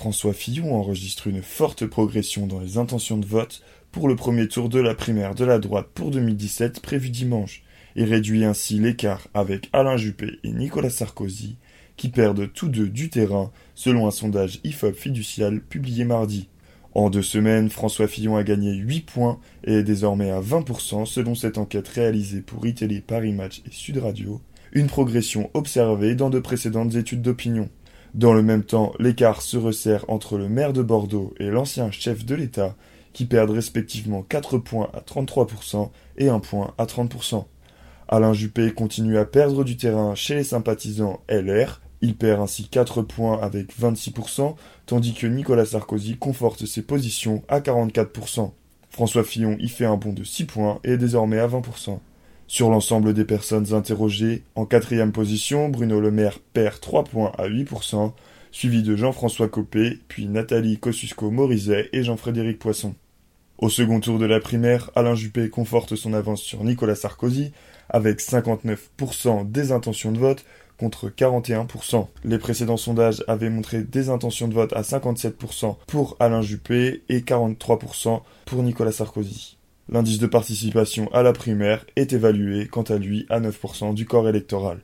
François Fillon enregistre une forte progression dans les intentions de vote pour le premier tour de la primaire de la droite pour 2017 prévu dimanche, et réduit ainsi l'écart avec Alain Juppé et Nicolas Sarkozy, qui perdent tous deux du terrain selon un sondage IFOP fiducial publié mardi. En 2 semaines, François Fillon a gagné 8 points et est désormais à 20% selon cette enquête réalisée pour iTélé, Paris Match et Sud Radio, une progression observée dans de précédentes études d'opinion. Dans le même temps, l'écart se resserre entre le maire de Bordeaux et l'ancien chef de l'État, qui perdent respectivement 4 points à 33% et 1 point à 30%. Alain Juppé continue à perdre du terrain chez les sympathisants LR, il perd ainsi 4 points avec 26%, tandis que Nicolas Sarkozy conforte ses positions à 44%. François Fillon y fait un bond de 6 points et est désormais à 20%. Sur l'ensemble des personnes interrogées, en 4e position, Bruno Le Maire perd 3 points à 8%, suivi de Jean-François Copé, puis Nathalie Kosciusko-Morizet et Jean-Frédéric Poisson. Au second tour de la primaire, Alain Juppé conforte son avance sur Nicolas Sarkozy, avec 59% des intentions de vote contre 41%. Les précédents sondages avaient montré des intentions de vote à 57% pour Alain Juppé et 43% pour Nicolas Sarkozy. L'indice de participation à la primaire est évalué, quant à lui, à 9% du corps électoral.